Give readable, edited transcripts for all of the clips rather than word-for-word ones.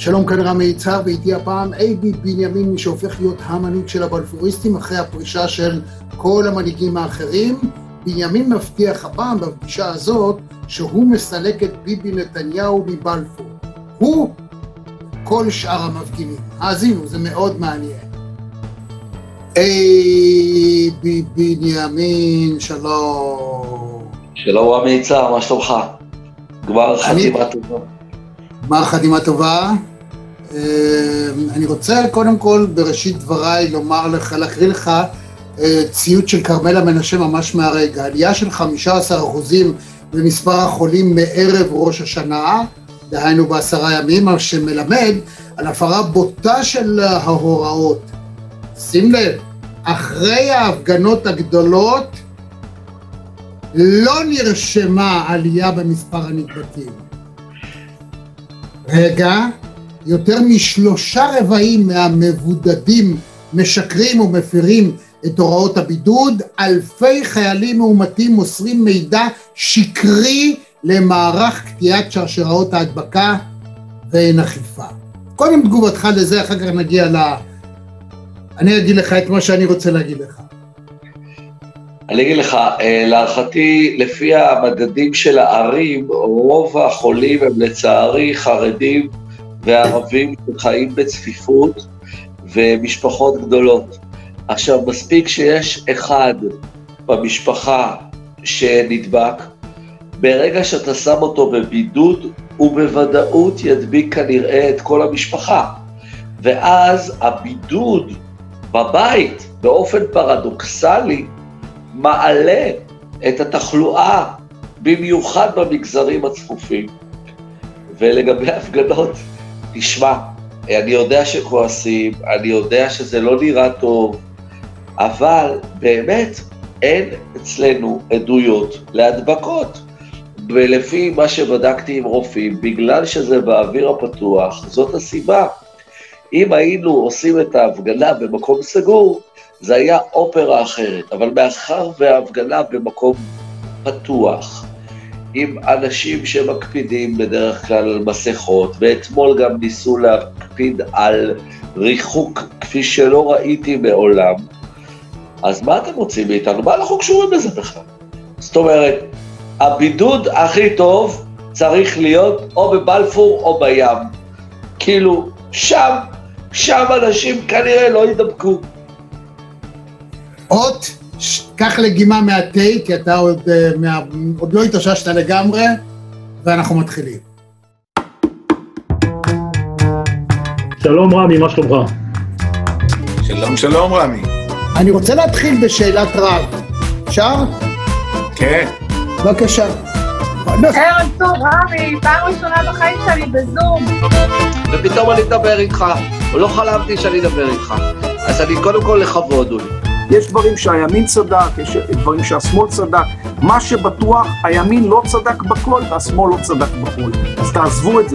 שלום, כאן רמי יצהר, ואיתי הפעם אייבי בנימין, שהופך להיות המנהיג של הבלפוריסטים אחרי הפרישה של כל המנהיגים האחרים. בנימין מבטיח הפעם בפגישה הזאת שהוא מסלק את ביבי נתניהו מבלפור. הוא כל שאר המפגינים. האזינו, זה מאוד מעניין. אייבי בנימין, שלום. שלום רמי יצהר, מה שלומך? גמר חתימה טובה. גמר חתימה טובה. אני רוצה קודם כל בראשית דבריי לומר לך, להקריא לך ציוט של כרמלה מנשה ממש מהרגע, עלייה של 15% במספר החולים מערב ראש השנה, דהיינו ב10 ימים, מה שמלמד על הפרה בוטה של ההוראות. שים לב, אחרי ההפגנות הגדולות לא נרשמה עלייה במספר הנדבקים. רגע, יותר מ3/4 מהמבודדים משקרים ומפירים את הוראות הבידוד, אלפי חיילים מאומתים מוסרים מידע שקרי למערך קטיעת שרשראות ההדבקה ואין אכיפה. קודם תגובתך לזה, אחר כך נגיע אני אגיד לך את מה שאני רוצה להגיד לך. אני אגיד לך, להערכתי, לפי המדדים של הערים, רוב החולים הם לצערי חרדים וערבים שחיים בצפיפות ומשפחות גדולות. עכשיו, מספיק שיש אחד במשפחה שנדבק, ברגע שאתה שם אותו בבידוד, הוא בוודאות ידביק כנראה את כל המשפחה. ואז הבידוד בבית, באופן פרדוקסלי, מעלה את התחלואה, במיוחד במגזרים הצפופים. ולגבי ההפגנות, תשמע, אני יודע שכועסים, אני יודע שזה לא נראה טוב, אבל באמת אין אצלנו עדויות להדבקות. ולפי מה שבדקתי עם רופאים, בגלל שזה באוויר הפתוח, זאת הסיבה. אם היינו עושים את ההפגנה במקום סגור, זה היה אופרה אחרת, אבל מאחר וההפגנה במקום פתוח, עם אנשים שמקפידים בדרך כלל על מסכות, ואתמול גם ניסו להקפיד על ריחוק כפי שלא ראיתי מעולם, אז מה אתם רוצים מאיתנו? מה אנחנו קשורים בזה בכלל? זאת אומרת, הבידוד הכי טוב צריך להיות או בבלפור או בים. כאילו, שם אנשים כנראה לא ידבקו. אות, קח לגימה מהתה, כי אתה עוד לא התאוששת לגמרי, ואנחנו מתחילים. שלום רמי, מה שלומך? שלום רמי. אני רוצה להתחיל בשאלת רב. אפשר? כן. בבקשה. ערב טוב רמי, פעם ראשונה בחיים שלי בזום. ופתאום אני מדבר איתך, לא חלמתי שאני אדבר איתך. אז אני קודם כל לכבוד, אולי. יש דברים שהימין צדק, יש דברים שהשמאל צדק. מה שבטוח, הימין לא צדק בכל והשמאל לא צדק בכל. אז תעזבו את זה.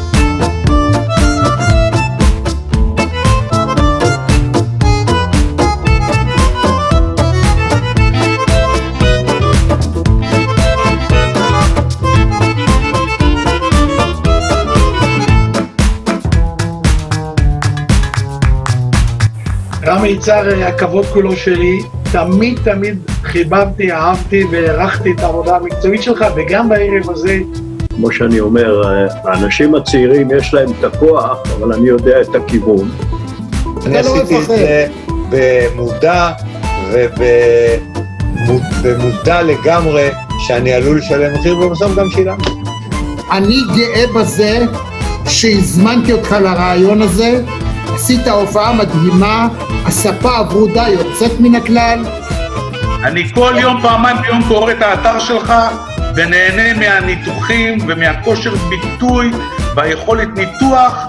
רמי יצהר, הכבוד כולו שלי, תמיד חיבבתי, אהבתי והערכתי את העבודה המקצועית שלך, וגם בערב הזה, כמו שאני אומר, האנשים הצעירים יש להם את הכוח, אבל אני יודע את הכיוון. אני עשיתי את זה במודע ובמודע לגמרי שאני עלול לשלם מחיר, ובסוף גם שילם. אני גאה בזה שהזמנתי אותך לרעיון הזה, עשית הופעה מדהימה, הספה הברודה יוצאת מן הכלל. אני כל יום, פעמיים ביום קורא את האתר שלך, ונהנה מהניתוחים ומהכושר ביטוי והיכולת ניתוח.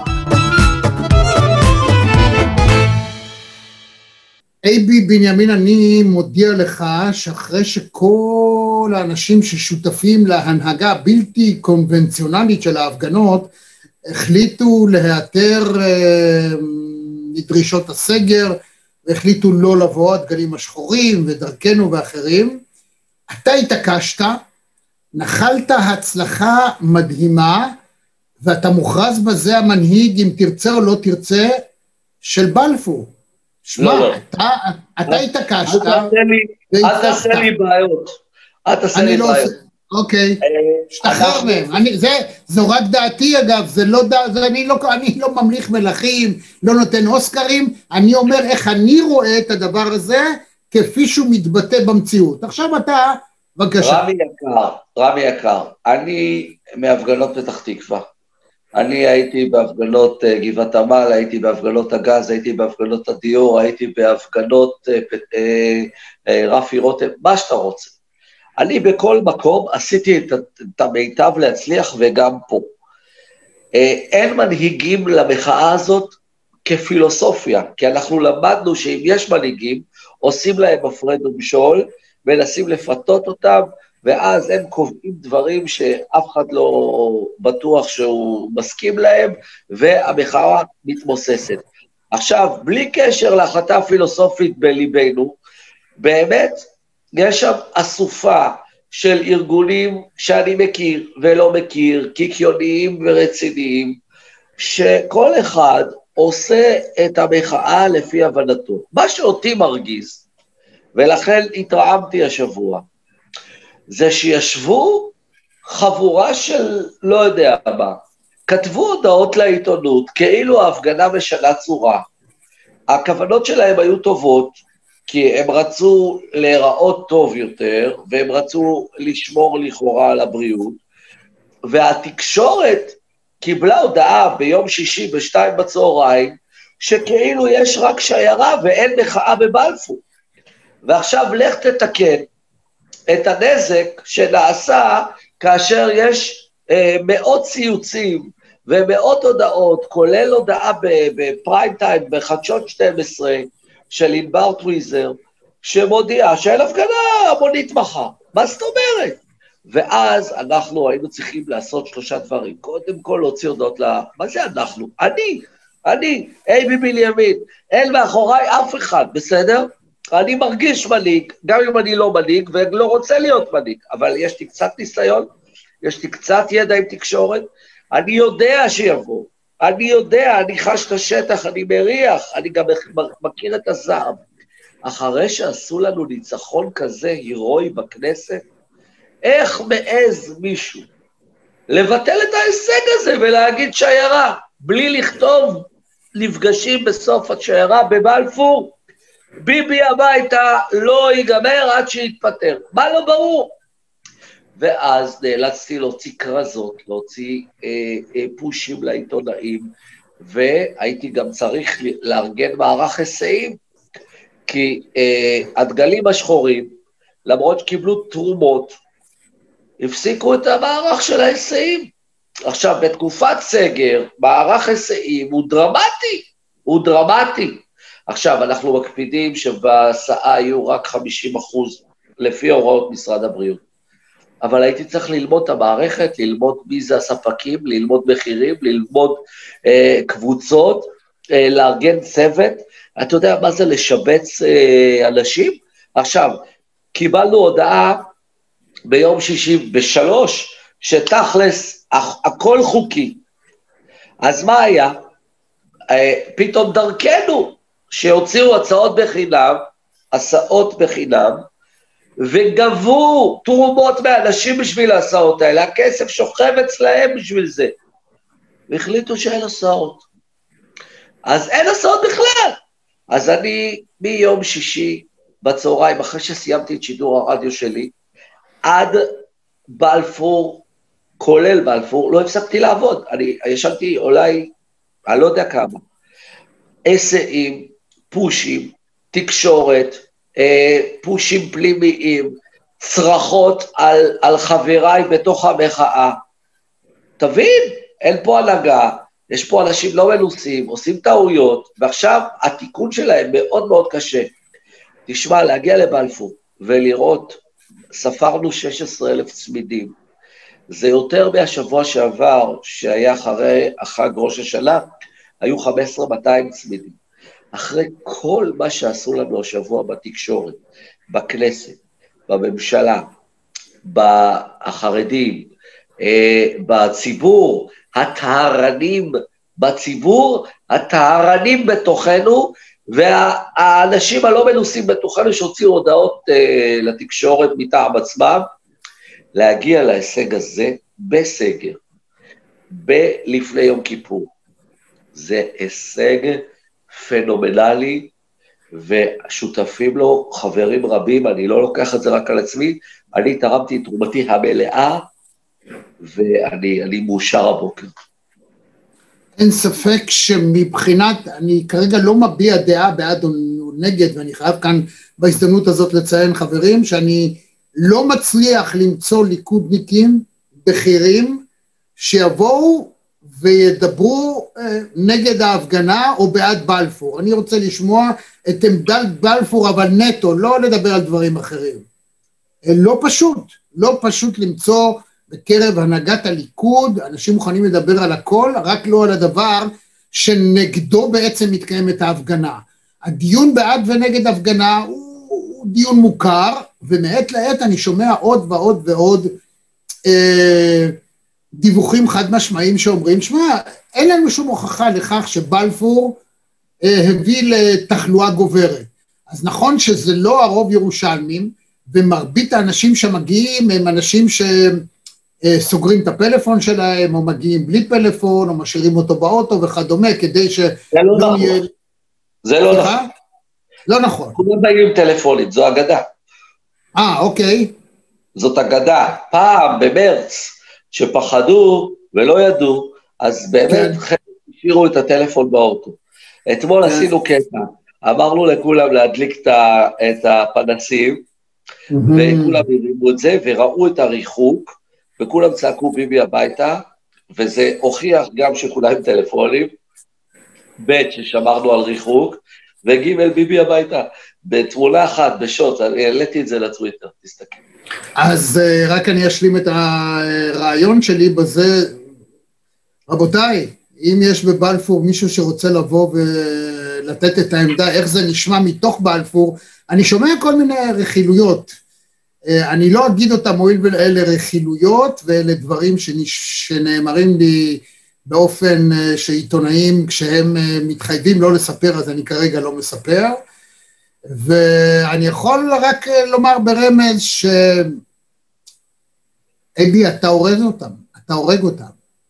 אייבי בנימין, אני מודיע לך שאחרי שכל האנשים ששותפים להנהגה הבלתי קונבנציונלית של ההפגנות, החליטו להיעתר לדרישות הסגר, והחליטו לא לבוא, הדגלים השחורים ודרכנו ואחרים, אתה התעקשת, נחלת הצלחה מדהימה, ואתה מוכרז בזה המנהיג, אם תרצה או לא תרצה, של בלפור. שמע, לא. אתה התעקשת, אל תעשה לי בעיות. אל תעשה לי בעיות. אוקיי, שתחרר מהם. זו רק דעתי אגב, אני לא ממליך מלכים, לא נותן אוסקרים, אני אומר איך אני רואה את הדבר הזה, כפי שהוא מתבטא במציאות. עכשיו אתה, בבקשה. רמי יקר, אני מהפגנות פתח תקווה. אני הייתי בהפגנות גבעת עמל, הייתי בהפגנות הגז, הייתי בהפגנות הדיור, הייתי בהפגנות רפי רותם, מה שאתה רוצה. אני בכל מקום עשיתי את המיטב להצליח וגם פה. אין מנהיגים למחאה הזאת כפילוסופיה, כי אנחנו למדנו שאם יש מנהיגים, עושים להם הפרד ומשול, מנסים לפתות אותם, ואז הם קובעים דברים שאף אחד לא בטוח שהוא מסכים להם, והמחאה מתמוססת. עכשיו, בלי קשר להחלטה הפילוסופית בליבנו, באמת יש שם אסופה של ארגונים שאני מכיר ולא מכיר, קיקיוניים ורציניים, שכל אחד עושה את המחאה לפי הבנתו. מה שאותי מרגיז, ולכן התרעמתי השבוע, זה שישבו חבורה של לא יודע מה, כתבו הודעות לעיתונות, כאילו ההפגנה משנה צורה. הכוונות שלהם היו טובות, כי הם רצו להיראות טוב יותר, והם רצו לשמור לכאורה על הבריאות, והתקשורת קיבלה הודעה ביום שישי ב2 בצהריים, שכאילו יש רק שיירה ואין מחאה בבלפור. ועכשיו לך תתקן את הנזק שנעשה כאשר יש מאות ציוצים ומאות הודעות, כולל הודעה בפריים טיים, בחדשות 12, של ענבר טוויזר, שמודיעה שאין הפגנה המונית מחר. מה זאת אומרת? ואז אנחנו היינו צריכים לעשות 3 דברים. קודם כל להוציא הודעות מה זה אנחנו? אני, אייבי בנימין, אין מאחוריי אף אחד, בסדר? אני מרגיש מנהיג, גם אם אני לא מנהיג, ולא רוצה להיות מנהיג, אבל יש לי קצת ניסיון, יש לי קצת ידע עם תקשורת, אני יודע שיבוא, אני חש את השטח, אני מריח, אני גם מכיר את הזעם. אחרי שעשו לנו ניצחון כזה הירואי בכנסת, איך מעז מישהו לבטל את ההישג הזה ולהגיד שיירה, בלי לכתוב נפגשים בסוף השיירה בבלפור, ביבי הביתה לא ייגמר עד שיתפטר. מה לא ברור? ואז נאלצתי להוציא קרזות, להוציא פושים לעיתונאים, והייתי גם צריך לארגן מערך היסעים, כי הדגלים השחורים, למרות שקיבלו תרומות, הפסיקו את המערך של ההיסעים. עכשיו, בתקופת סגר, מערך היסעים הוא דרמטי. עכשיו, אנחנו מקפידים שבהסעה יהיו רק 50% לפי הוראות משרד הבריאות. אבל הייתי צריך ללמוד את המערכת, ללמוד מי זה הספקים, ללמוד מחירים, ללמוד קבוצות, לארגן צוות. אתה יודע מה זה לשבץ אנשים? עכשיו, קיבלנו הודעה ביום שישי ב3, שתכלס הכל חוקי. אז מה היה? פתאום דרכנו, שהוציאו הסעות בחינם, וגבו תרומות מאנשים בשביל ההסעות האלה, הכסף שוכב אצלהם בשביל זה, והחליטו שאין הסעות. אז אין הסעות בכלל. אז אני מיום שישי בצהריים, אחרי שסיימתי את שידור הרדיו שלי, עד בלפור, כולל בלפור, לא הפסקתי לעבוד. אני ישנתי אולי, אני לא יודע כמה, היסעים, פושים, תקשורת, פושים פנימיים, צרחות על חבריי בתוך המחאה. תבין, אין פה הנהגה, יש פה אנשים לא מנוסים, עושים טעויות, ועכשיו התיקון שלהם מאוד מאוד קשה. תשמע, להגיע לבלפור ולראות, ספרנו 16,000 צמידים, זה יותר מהשבוע שעבר, שהיה אחרי החג ראש השנה, היו 15,200 צמידים. אחרי כל מה שעשו לנו השבוע בתקשורת, בכנסת, בממשלה, בחרדים, בציבור, הטהרנים בציבור, הטהרנים בתוכנו, והאנשים הלא מנוסים בתוכנו שהוציאו הודעות לתקשורת מטעם עצמם, להגיע להישג הזה בסגר, לפני יום כיפור. זה הישג פנומנלי, ושותפים לו חברים רבים, אני לא לוקח את זה רק על עצמי, אני תרמתי את תרומתי המלאה, ואני מאושר הבוקר. אין ספק שמבחינת, אני כרגע לא מביע דעה בעד או נגד, ואני חייב כאן בהזדמנות הזאת לציין חברים, שאני לא מצליח למצוא ליכודניקים בכירים, שיבואו וידברו נגד ההפגנה או בעד בלפור. אני רוצה לשמוע את עמדת בלפור, אבל נטו, לא לדבר על דברים אחרים. לא פשוט למצוא בקרב הנהגת הליכוד, אנשים מוכנים לדבר על הכל, רק לא על הדבר שנגדו בעצם מתקיימת ההפגנה. הדיון בעד ונגד הפגנה הוא דיון מוכר, ומעת לעת אני שומע עוד ועוד ועוד דיווחים חד משמעיים שאומרים, שמע, אין לנו שום הוכחה לכך שבלפור הביא לתחלואה גוברת. אז נכון שזה לא הרוב ירושלמים, ומרבית האנשים שמגיעים הם אנשים שסוגרים את הפלאפון שלהם, או מגיעים בלי פלאפון, או משאירים אותו באוטו וכדומה, כדי ש... זה לא נכון. זה לא נכון. לא נכון. כולם באים עם טלפונים, זו אגדה. אוקיי. זאת אגדה. פעם במרץ, שפחדו ולא ידעו, אז באמת השאירו את הטלפון באוטו. אתמול עשינו קטע, אמרנו לכולם להדליק את הפנסים, וכולם הרימו את זה, וראו את הריחוק, וכולם צעקו ביבי הביתה, וזה הוכיח גם שכולם עם טלפונים, ב' ששמרנו על ריחוק, וג' ביבי הביתה, בתמונה אחת, בשוט, אני העליתי את זה לטוויטר, תסתכל. אז רק אני אשלים את הרעיון שלי בזה, רבותיי, אם יש בבלפור מישהו שרוצה לבוא ולתת את העמדה, איך זה נשמע מתוך בלפור, אני שומע כל מיני רכילויות, אני לא אגיד אותם מועיל ואלה רכילויות, ואלה דברים שנאמרים לי באופן שעיתונאים, כשהם מתחייבים לא לספר, אז אני כרגע לא מספר, ואני יכול רק לומר ברמז אבי, אתה הורג אותם.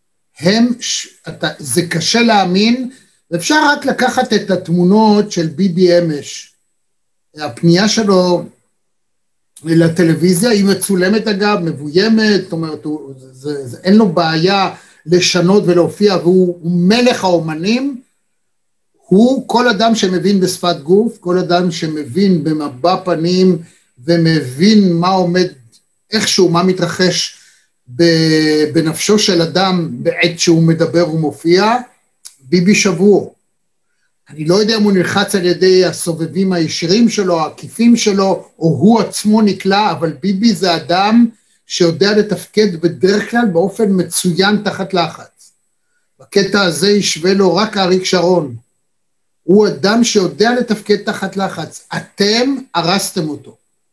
זה קשה להאמין, ואפשר רק לקחת את התמונות של ביבי אמש. הפנייה שלו לטלוויזיה היא מצולמת אגב, מבוימת, זאת אומרת, אין לו בעיה לשנות ולהופיע, והוא מלך האומנים, הוא כל אדם שמבין בשפת גוף, כל אדם שמבין במבע פנים, ומבין מה עומד, איכשהו, מה מתרחש בנפשו של אדם בעת שהוא מדבר ומופיע, ביבי שבור. אני לא יודע אם הוא נלחץ על ידי הסובבים הישירים שלו, העקיפים שלו, או הוא עצמו נקלע, אבל ביבי זה אדם שיודע לתפקד בדרך כלל באופן מצוין תחת לחץ. בקטע הזה ישווה לו רק אריק שרון. הוא אדם שיודע לתפקד תחת לחץ. אתם הרסתם אותו.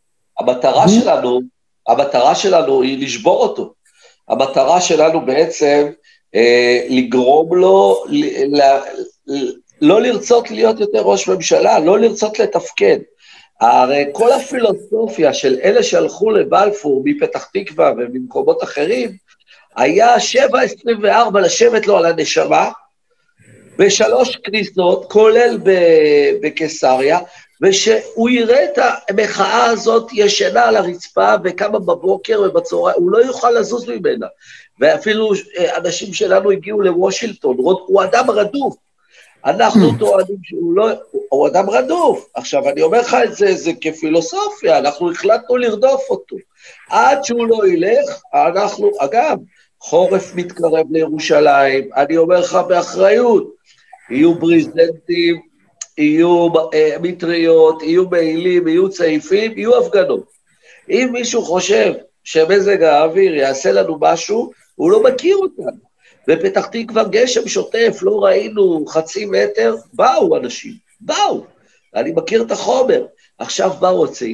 המטרה שלנו היא לשבור אותו. המטרה שלנו בעצם לגרום לו לא לרצות להיות יותר ראש ממשלה, לא לרצות לתפקד. הרי כל הפילוסופיה של אלה שהלכו לבלפור מפתח תקווה וממקומות אחרים, היה 7/24 לשבת לו על הנשמה, ב3 כניסות, כולל בקיסריה, ושהוא יראה את המחאה הזאת ישנה על הרצפה, וכמה בבוקר ובצהריים, הוא לא יוכל לזוז ממנה. ואפילו אנשים שלנו הגיעו לוושינגטון, הוא אדם רדוף. אנחנו טוענים שהוא לא, הוא אדם רדוף. עכשיו, אני אומר לך את זה כפילוסופיה, אנחנו החלטנו לרדוף אותו. עד שהוא לא ילך, אנחנו, אגב, חורף מתקרב לירושלים, אני אומר לך באחריות, יהיו בריזנטים, יהיו מטריות, יהיו מעילים, יהיו צעיפים, יהיו הפגנות. אם מישהו חושב שמזג האוויר יעשה לנו משהו, הוא לא מכיר אותנו. בפתח תקווה גשם שוטף, לא ראינו 0.5 מטר, באו אנשים, באו. אני מכיר את החומר. עכשיו באו הצעירים,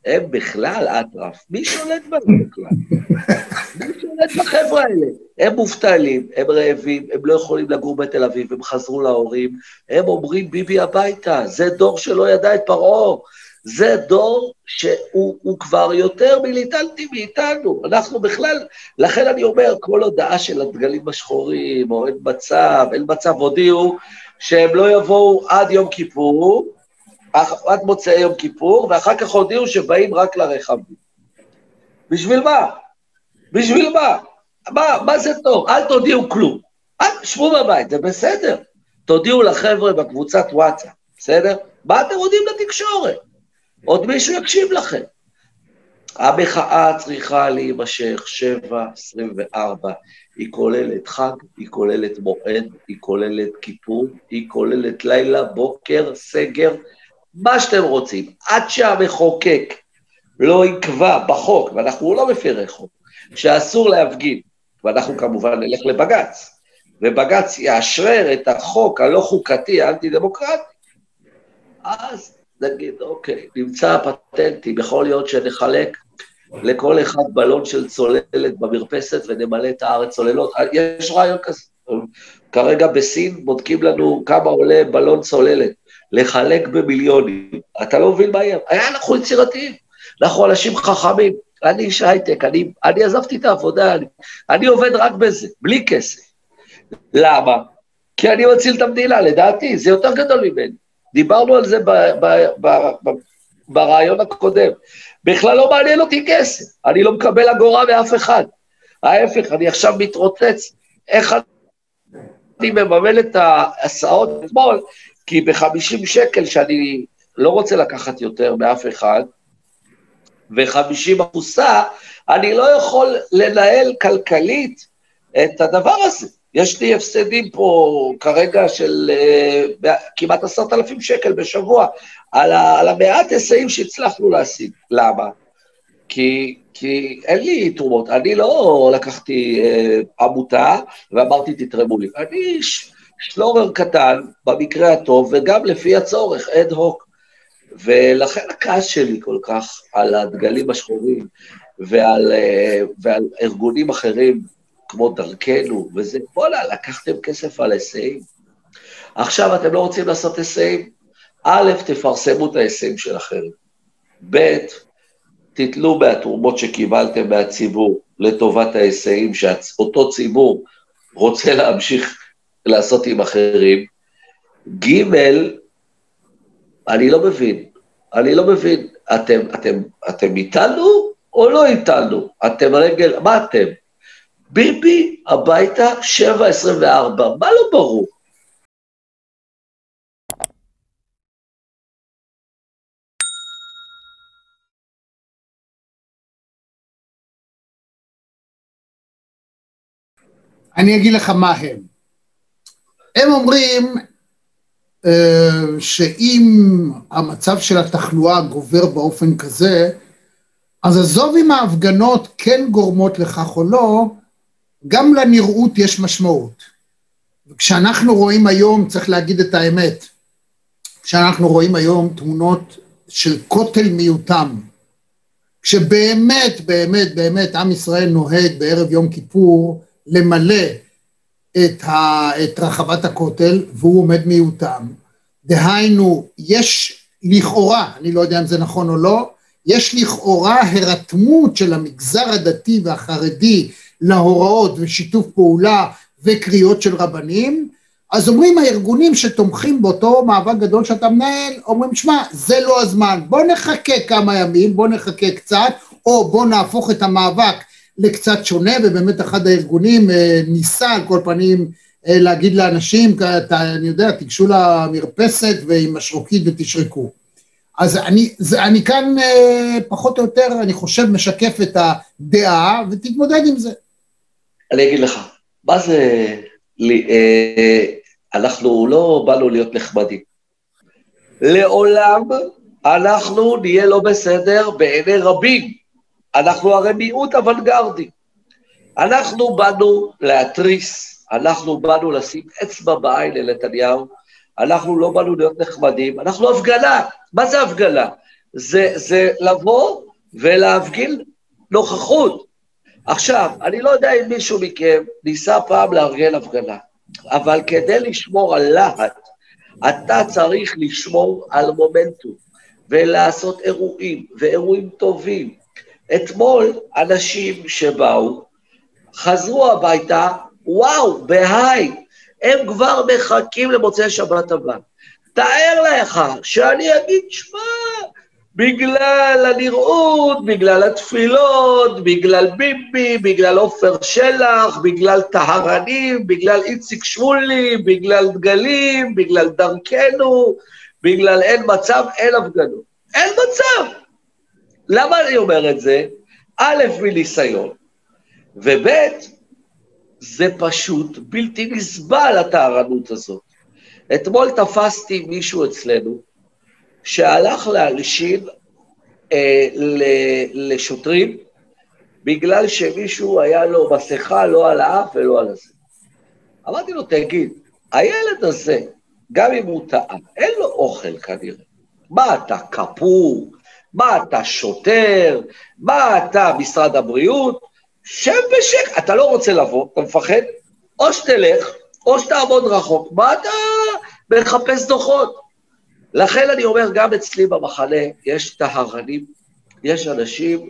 הם בכלל אטרף. מי שולט בהם בכלל? מי שולט בחבר'ה האלה? הם מובטלים, הם רעבים, הם לא יכולים לגור בתל אביב, הם חזרו להורים, הם אומרים ביבי הביתה, זה דור שלא ידע את פרעה, זה דור שהוא כבר יותר מיליטנטי מאיתנו, אנחנו בכלל, לכן אני אומר, כל הודעה של הדגלים השחורים, או אין מצב, הודיעו שהם לא יבואו עד יום כיפור, עד מוצאי יום כיפור, ואחר כך הודיעו שבאים רק לרחבים. בשביל מה? בשביל מה? מה זה טוב? אל תודיעו כלום. שבו בבית, זה בסדר. תודיעו לחבר'ה בקבוצת וואטסאפ, בסדר? מה אתם יודעים לתקשורת? עוד מישהו יקשיב לכם. המחאה צריכה להימשך 7-24, היא כוללת חג, היא כוללת מועד, היא כוללת כיפור, היא כוללת לילה, בוקר, סגר, מה שאתם רוצים, עד שהמחוקק לא יקבע בחוק, ואנחנו לא מפירי חוק, שאסור להפגין, ואנחנו כמובן נלך לבגץ, ובגץ יאשרר את החוק הלא חוקתי, האנטי-דמוקרטי, אז נגיד, אוקיי, נמצא הפטנטים, יכול להיות שנחלק לכל אחד בלון של צוללת במרפסת, ונמלא את הארץ צוללות, יש רעיון כזה, כרגע בסין בודקים לנו כמה עולה בלון צוללת, לחלק במיליונים, אתה לא מבין מה יהיה, אנחנו יצירתיים, אנחנו אנשים חכמים, אני איש הייטק, אני עזבתי את העבודה, אני עובד רק בזה, בלי כסף. למה? כי אני מציל את המדינה, לדעתי, זה יותר גדול ממני. דיברנו על זה ברעיון הקודם. בכלל לא מעניין אותי כסף, אני לא מקבל אגורה מאף אחד. ההפך, אני עכשיו מתרוצץ, איך אני מממן את ההסעות אתמול, כי ב-50 שקל שאני לא רוצה לקחת יותר מאף אחד, ו-50 אחוסה, אני לא יכול לנהל כלכלית את הדבר הזה. יש לי הפסדים פה כרגע של כמעט 10,000 שקל בשבוע, על המעט היסעים שהצלחנו להשיג. למה? כי אין לי תרומות, אני לא לקחתי עמותה ואמרתי תתרמו לי, אני שלורר קטן במקרה הטוב, וגם לפי הצורך, אד הוק. ולכן הכעס שלי כל כך על הדגלים השחורים, ועל ארגונים אחרים, כמו דרכנו, וזה, בוא'נה, לקחתם כסף על היסעים. עכשיו אתם לא רוצים לעשות היסעים? א', תפרסמו את ההיסעים שלכם. ב', תתלו מהתרומות שקיבלתם מהציבור, לטובת ההיסעים, שאותו ציבור רוצה להמשיך לעשות עם אחרים. ג', אני לא מבין, אתם איתנו או לא איתנו? אתם רגל, מה אתם? ביבי הביתה 7-24, מה לא ברור? אני אגיד לך מה הם אומרים שאם המצב של התחלואה גובר באופן כזה, אז עזוב אם ההפגנות כן גורמות לכך או לא, גם לנראות יש משמעות. וכשאנחנו רואים היום, צריך להגיד את האמת, כשאנחנו רואים היום תמונות של כותל מיותם, כשבאמת, באמת, באמת, עם ישראל נוהג בערב יום כיפור למלא את רחבת הכותל, והוא עומד מיותם. דהיינו, יש לכאורה, אני לא יודע אם זה נכון או לא, יש לכאורה הרתמות של המגזר הדתי והחרדי להוראות ושיתוף פעולה וקריאות של רבנים, אז אומרים הארגונים שתומכים באותו מאבק גדול שאתה מנהל, אומרים, שמה, זה לא הזמן, בוא נחכה כמה ימים, בוא נחכה קצת, או בוא נהפוך את המאבק לקצת שונה, ובאמת אחד הארגונים ניסה על כל פנים להגיד לאנשים, אני יודע, תיגשו למרפסת ועם משרוקית ותשרקו. אז אני כאן פחות או יותר, אני חושב, משקף את הדעה, ותתמודד עם זה. אני אגיד לך, מה זה, אנחנו לא באנו להיות נחמדים. לעולם אנחנו נהיה לא בסדר בעיני רבים. אנחנו הרי מיעוט אוונגרדי. אנחנו באנו להתריס, אנחנו באנו לשים אצבע בעין לנתניהו, אנחנו לא באנו להיות נחמדים, אנחנו הפגנה. מה זה הפגנה? זה לבוא ולהפגין נוכחות. עכשיו, אני לא יודע אם מישהו מכם ניסה פעם לארגן הפגנה, אבל כדי לשמור על להט, אתה צריך לשמור על מומנטום, ולעשות אירועים, ואירועים טובים. אתמול אנשים שבאו, חזרו הביתה, וואו, בהיי, הם כבר מחכים למוצאי שבת הבא. תאר לך שאני אגיד, שמה, בגלל הנראות, בגלל התפילות, בגלל ביבי, בגלל עופר שלח, בגלל טהרנים, בגלל איציק שמולי, בגלל דגלים, בגלל דרכנו, בגלל אין מצב, אין הפגנות. אין מצב. למה אני אומר את זה? א', מניסיון, וב', זה פשוט בלתי נסבל הטהרנות הזאת. אתמול תפסתי מישהו אצלנו, שהלך להלשין לשוטרים, בגלל שמישהו היה לו מסכה לא על האף ולא על הזה. אמרתי לו, תגיד, הילד הזה, גם אם הוא טעה, אין לו אוכל כנראה. מה אתה כפור? מה אתה שוטר? מה אתה משרד הבריאות? שב בשק, אתה לא רוצה לבוא, אתה מפחד? או שתלך, או שתעמוד רחוק. מה אתה מחפש דוחות? לכן אני אומר, גם אצלי במחנה יש טהרנים, יש אנשים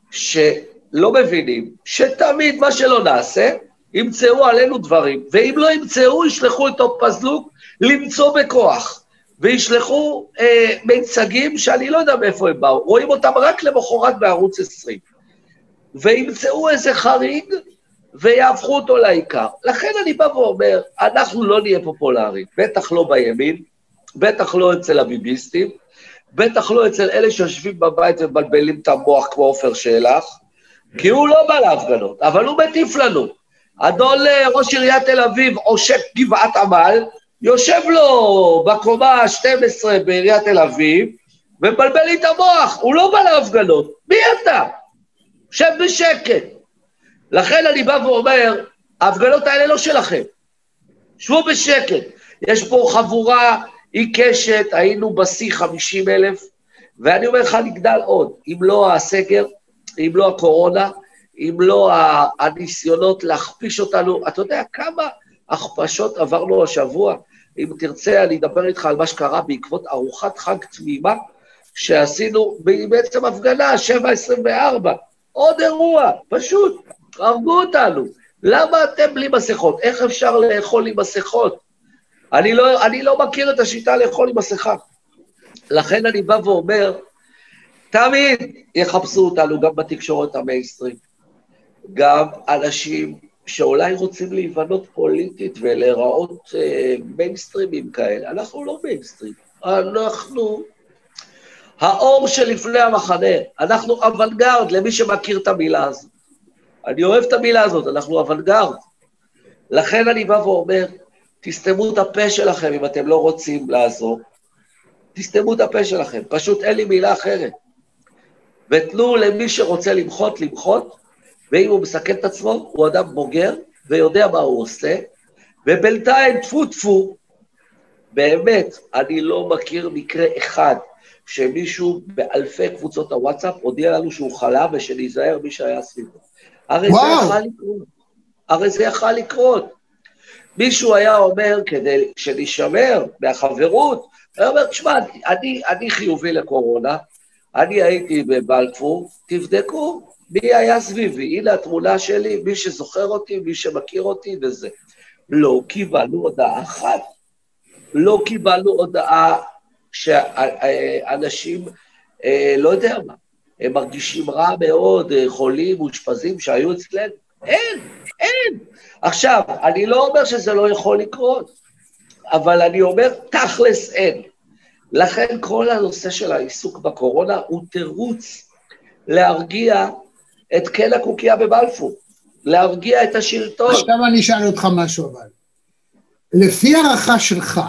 שלא מבינים, שתמיד מה שלא נעשה, ימצאו עלינו דברים, ואם לא ימצאו, ישלחו את הפזלוק למצוא בכוח, וישלחו מיצגים שאני לא יודע מאיפה הם באו, רואים אותם רק למחרת בערוץ 20, וימצאו איזה חריג, ויהפכו אותו לעיקר. לכן אני בא ואומר, אנחנו לא נהיה פופולריים, בטח לא בימין, בטח לא אצל הביביסטים, בטח לא אצל אלה שיושבים בבית ובלבלים את המוח כמו עופר שלח, כי הוא לא בא להפגנות, אבל הוא מטיף לנו. אדון ראש עיריית תל אביב, עושק גבעת עמל, יושב לו בקומה 12 בעיריית תל אביב, ובלבל לי את המוח, הוא לא בא להפגנות. מי אתה? שב בשקט. לכן אני בא ואומר, ההפגנות האלה לא שלכם. שבו בשקט. יש פה חבורה עיקשת, היינו בשיא 50,000, ואני אומר לך, נגדל עוד, אם לא הסגר, אם לא הקורונה, אם לא הניסיונות להכפיש אותנו, אתה יודע כמה הכפשות עברנו השבוע, אם תרצה אני אדבר איתך על מה שקרה בעקבות ארוחת חג תמימה, שעשינו בעצם הפגנה, 7/24, עוד אירוע, פשוט, הרגו אותנו, למה אתם בלי מסכות? איך אפשר לאכול עם מסכות? אני לא מכיר את השיטה לאכול עם מסכה. לכן אני בא ואומר, תמיד יחפשו אותנו גם בתקשורת המיינסטרים, גם אנשים שאולי רוצים להיבנות פוליטית ולהיראות מיינסטרימים כאלה. אנחנו לא מיינסטרים, אנחנו האור שלפני המחנה, אנחנו אוונגרד, למי שמכיר את המילה הזאת. אני אוהב את המילה הזאת, אנחנו אוונגרד. לכן אני בא ואומר, תסתמו את הפה שלכם אם אתם לא רוצים לעזור, תסתמו את הפה שלכם, פשוט אין לי מילה אחרת. ותנו למי שרוצה למחות, למחות, ואם הוא מסכן את עצמו, הוא אדם בוגר, ויודע מה הוא עושה, ובינתיים טפו טפו, באמת, אני לא מכיר מקרה אחד, שמישהו באלפי קבוצות הוואטסאפ, הודיע לנו שהוא חלה, ושנזהר מי שהיה סביבו. הרי זה יכול לקרות. מישהו היה אומר, כדי שנשמר מהחברות, היה אומר, תשמע, אני חיובי לקורונה, אני הייתי בבלפור, תבדקו מי היה סביבי, הנה התמונה שלי, מי שזוכר אותי, מי שמכיר אותי וזה. לא קיבלנו הודעה אחת, לא קיבלנו הודעה שאנשים, לא יודע מה, הם מרגישים רע מאוד, חולים, מאושפזים שהיו אצלנו, אין. עכשיו, אני לא אומר שזה לא יכול לקרות, אבל אני אומר, תכלס אין. לכן כל הנושא של העיסוק בקורונה הוא תירוץ להרגיע את כן הקוקייה בבלפור, להרגיע את השלטון. עכשיו אני אשאל אותך משהו אבל. לפי הערכה שלך,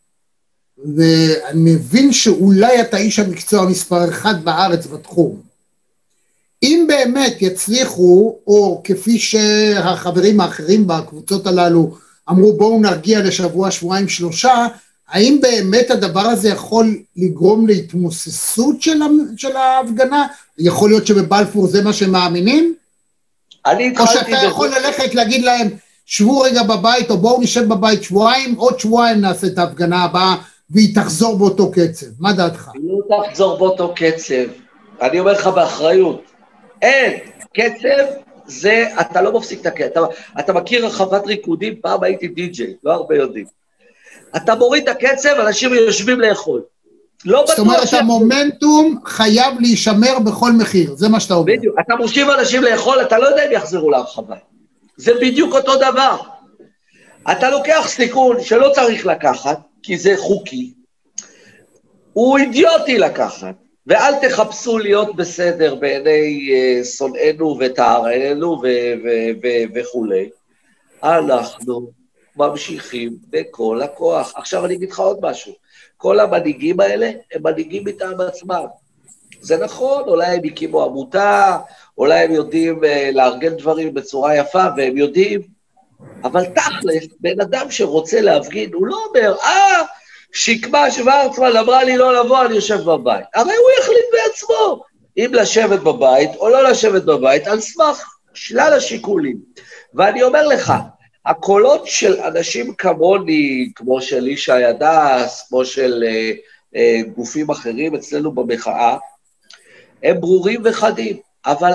ואני מבין שאולי אתה איש המקצוע מספר 1 בארץ בתחום, אם באמת יצליחו, או כפי שהחברים האחרים בקבוצות הללו אמרו בואו נרגיע לשבוע, שבועיים, 3, האם באמת הדבר הזה יכול לגרום להתמוססות של ההפגנה? יכול להיות שבבלפור זה מה שהם מאמינים? או שאתה יכול ללכת להגיד להם, שבו רגע בבית, או בואו נשב בבית שבועיים, עוד שבועיים נעשה את ההפגנה הבאה, והיא תחזור באותו קצב. מה דעתך? היא לא תחזור באותו קצב. אני אומר לך באחריות, אין, קצב זה, אתה לא מפסיק את הקצב. אתה מכיר רחבת ריקודים? פעם הייתי די-ג'יי, לא הרבה יודעים. אתה מוריד את הקצב, אנשים יושבים לאכול. זאת אומרת, המומנטום חייב להישמר בכל מחיר, זה מה שאתה אומר. בדיוק, אתה מושיב אנשים לאכול, אתה לא יודע אם יחזרו להרחבה. זה בדיוק אותו דבר. אתה לוקח סיכון שלא צריך לקחת, כי זה חוקי, הוא אידיוטי לקחת, ואל תחפשו להיות בסדר בעיני שונאינו ותארנו וכו'. אנחנו ממשיכים בכל הכוח. עכשיו אני אגיד לך עוד משהו, כל המנהיגים האלה הם מנהיגים מטעם עצמם. זה נכון, אולי הם הקימו עמותה, אולי הם יודעים לארגן דברים בצורה יפה, והם יודעים, אבל תכלס, בן אדם שרוצה להפגין, הוא לא אומר, שקמה שוורצמן אמרה לי לא לבוא, אני יושב בבית. הרי הוא יחליט בעצמו, אם לשבת בבית או לא לשבת בבית, על סמך שלל השיקולים. ואני אומר לך, הקולות של אנשים כמוני, כמו של ישי הדס, כמו של גופים אחרים אצלנו במחאה, הם ברורים וחדים, אבל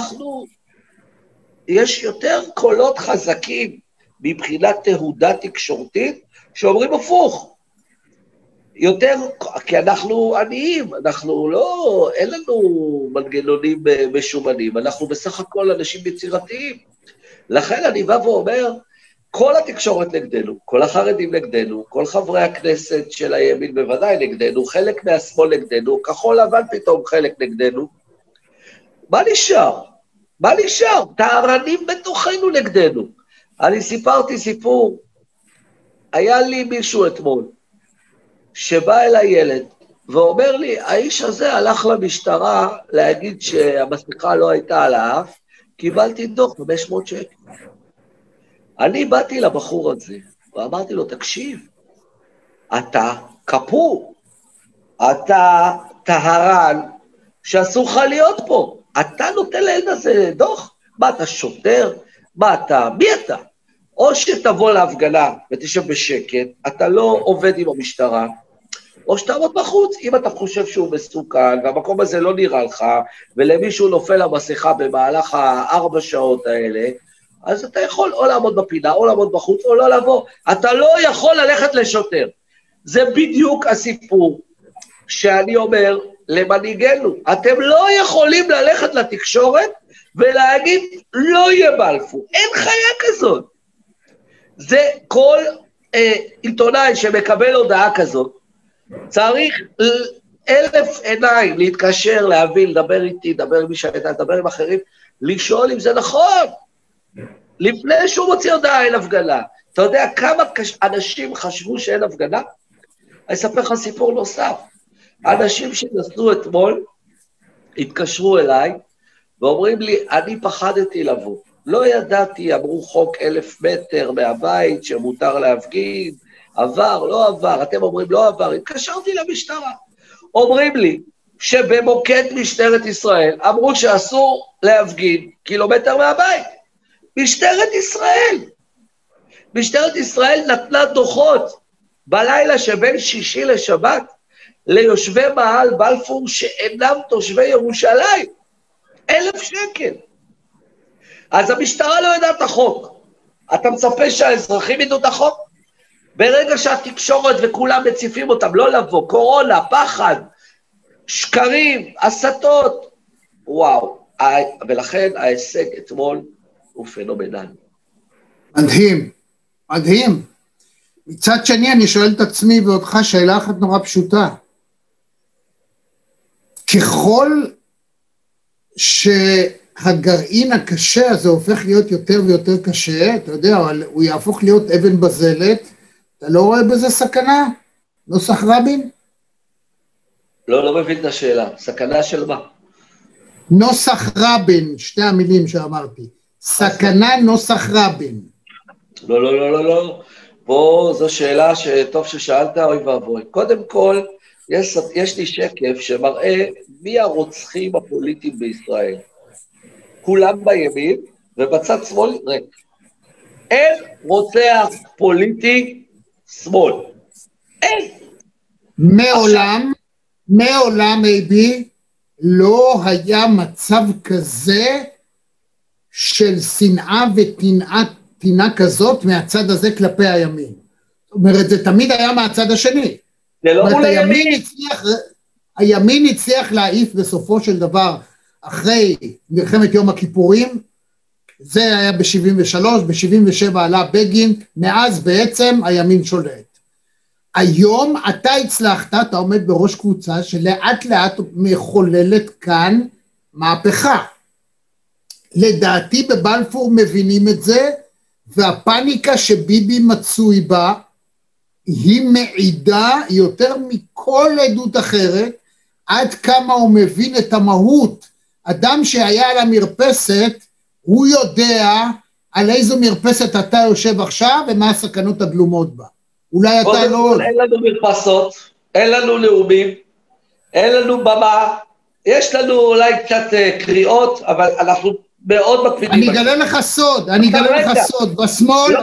יש יותר קולות חזקים מבחינת תהודה תקשורתית, שאומרים הפוך. יותר, כי אנחנו עניים, אין לנו מנגנונים משומנים, אנחנו בסך הכל אנשים יצירתיים. לכן אני בא ואומר, כל התקשורת נגדנו, כל החרדים נגדנו, כל חברי הכנסת של הימין בוודאי נגדנו, חלק מהשמאל נגדנו, כחול לבן פתאום חלק נגדנו. מה נשאר? מה נשאר? טהרנים בתוכנו נגדנו. אני סיפרתי סיפור, היה לי מישהו אתמול, שבא אל הילד, ואומר לי, האיש הזה הלך למשטרה להגיד שהמסכה לא הייתה על האף, קיבלתי דוח 500 שקל. אני באתי לבחור הזה, ואמרתי לו, תקשיב, אתה כפור, אתה טהרן, שאסור לך להיות פה, אתה נותן לילד הזה דוח? מה, אתה שוטר? מי אתה? או שתבוא להפגנה ותשב בשקט, אתה לא עובד עם המשטרה, או שתעמוד בחוץ, אם אתה חושב שהוא מסוכן, והמקום הזה לא נראה לך, ולמישהו נופל המסכה במהלך 4 שעות האלה, אז אתה יכול או לעמוד בפינה, או לעמוד בחוץ, או לא לבוא. אתה לא יכול ללכת לשוטר. זה בדיוק הסיפור שאני אומר למנהיגנו. אתם לא יכולים ללכת לתקשורת ולהגיד, לא יהיה בלפור. אין חיה כזאת. זה כל עיתונאי שמקבל הודעה כזאת, צריך 1000 עיניים להתקשר, להבין, לדבר איתי, לדבר עם מי שהייתה, לדבר עם אחרים, לשאול אם זה נכון. לפני שהוא מוציא הודעה אין הפגנה. אתה יודע כמה אנשים חשבו שאין הפגנה? אני אספר לך סיפור נוסף. האנשים שנסעו אתמול, התקשרו אליי, ואומרים לי, אני פחדתי לבוא. לא ידעתי, אמרו חוק 1000 מטר מהבית, שמותר להפגין, עבר, לא עבר, אתם אומרים לא עבר, התקשרתי למשטרה. אומרים לי, שבמוקד משטרת ישראל, אמרו שאסור להפגין קילומטר מהבית. משטרת ישראל נתנה דוחות בלילה שבין שישי לשבת ליושבי מאהל בלפור שאינם תושבי ירושלים. 1,000 שקל. אז המשטרה לא יודעת את החוק. אתה מצפה שהאזרחים ידעו את החוק? ברגע שהתקשורת וכולם מציפים אותם, לא לבוא, קורונה, פחד, שקרים, הסתות, וואו. ולכן ההישג אתמול הוא פנומנלי. מדהים, מדהים. מצד שני אני שואל את עצמי ואותך שאלה אחת נורא פשוטה. ככל שהגרעין הקשה הזה הופך להיות יותר ויותר קשה, אתה יודע, אבל הוא יהפוך להיות אבן בזלת, אתה לא רואה בזה סכנה? נוסח רבין? לא מבין את השאלה. סכנה של מה? נוסח רבין, 2 המילים שאמרתי. סכנה נוסח רבין. לא. פה זו שאלה שטוב ששאלת, אוי ואבוי. קודם כל, יש לי שקף שמראה מי הרוצחים הפוליטיים בישראל. כולם בימין, ובצד שמאל ריק. אין רוצח פוליטי שמאל. אין. מעולם, אייבי, לא היה מצב כזה של שנאה ותנאה כזאת מהצד הזה כלפי הימין. זאת אומרת, זה תמיד היה מהצד השני. זה לא מול הימין. הימין הצליח להעיף בסופו של דבר, אחרי מלחמת יום הכיפורים, זה היה ב-73, ב-77 עלה בגין, מאז בעצם הימין שולט. היום אתה הצלחת, אתה עומד בראש קבוצה שלאט לאט מחוללת כאן מהפכה. לדעתי בבלפור מבינים את זה, והפניקה שביבי מצוי בה, היא מעידה יותר מכל עדות אחרת, עד כמה הוא מבין את המהות. אדם שהיה על המרפסת, הוא יודע על איזו מרפסת אתה יושב עכשיו, ומה הסכנות הגלומות בה. אולי אתה לא... אין לנו מרפסות, אין לנו נאומים, אין לנו במה, יש לנו אולי קצת קריאות, אבל אנחנו מאוד מקפידים. אני אגלה לך סוד, בשמאל,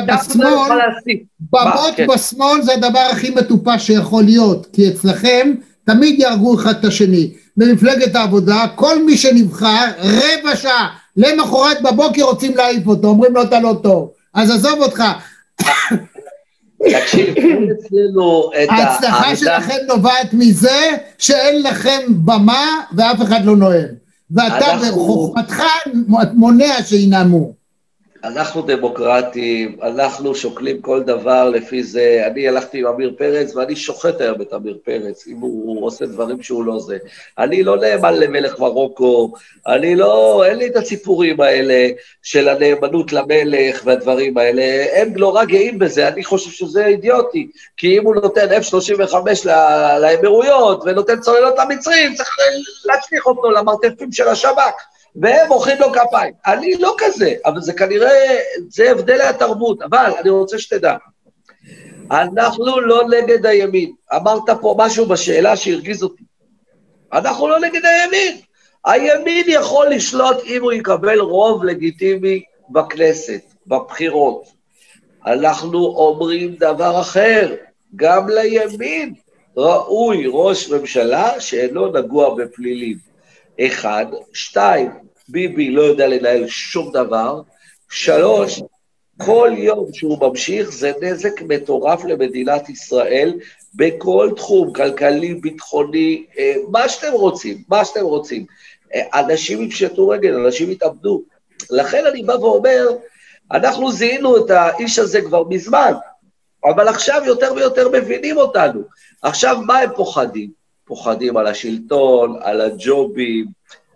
במות בשמאל זה הדבר הכי מטופש שיכול להיות, כי אצלכם תמיד ירגו אחד את השני. במפלגת העבודה, כל מי שנבחר, רבע שעה, למחרת בבוקר רוצים להעיף אותו, אומרים לו אתה לא טוב, אז עזוב אותך. ההצלחה שלכם נובעת מזה שאין לכם במה ואף אחד לא נואם, ואתה בחוכמתך מונע שינאמו. אנחנו דמוקרטים, אנחנו שוקלים כל דבר לפי זה. אני הלכתי עם אמיר פרץ ואני שוחט היום את אמיר פרץ אם הוא עושה דברים שהוא לא זה. אני לא נאמן למלך מרוקו, אין לי את הסיפורים האלה של הנאמנות למלך והדברים האלה, הם נורא גאים בזה. אני חושב שזה אידיוטי, כי אם הוא נותן F-35 לאמירויות ונותן צוללות למצרים, צריך להצליח אותו למרתפים של השב"כ. והם מוחאים לו כפיים. אני לא כזה, אבל זה כנראה, זה הבדל התרבות, אבל אני רוצה שתדע, אנחנו לא נגד הימין. אמרת פה משהו בשאלה שהרגיז אותי. אנחנו לא נגד הימין. הימין יכול לשלוט אם הוא יקבל רוב לגיטימי בכנסת, בבחירות. אנחנו אומרים דבר אחר, גם לימין ראוי ראש ממשלה שאינו נגוע בפלילים. 1, 2, ביבי לא יודע לנהל שום דבר, 3, כל יום שהוא ממשיך זה נזק מטורף למדינת ישראל, בכל תחום, כלכלי, ביטחוני, מה שאתם רוצים. אנשים יפשטו רגל, אנשים יתאבדו. לכן אני בא ואומר, אנחנו זיהינו את האיש הזה כבר מזמן, אבל עכשיו יותר ויותר מבינים אותנו. עכשיו מה הם פוחדים? פוחדים על השלטון, על הג'ובים,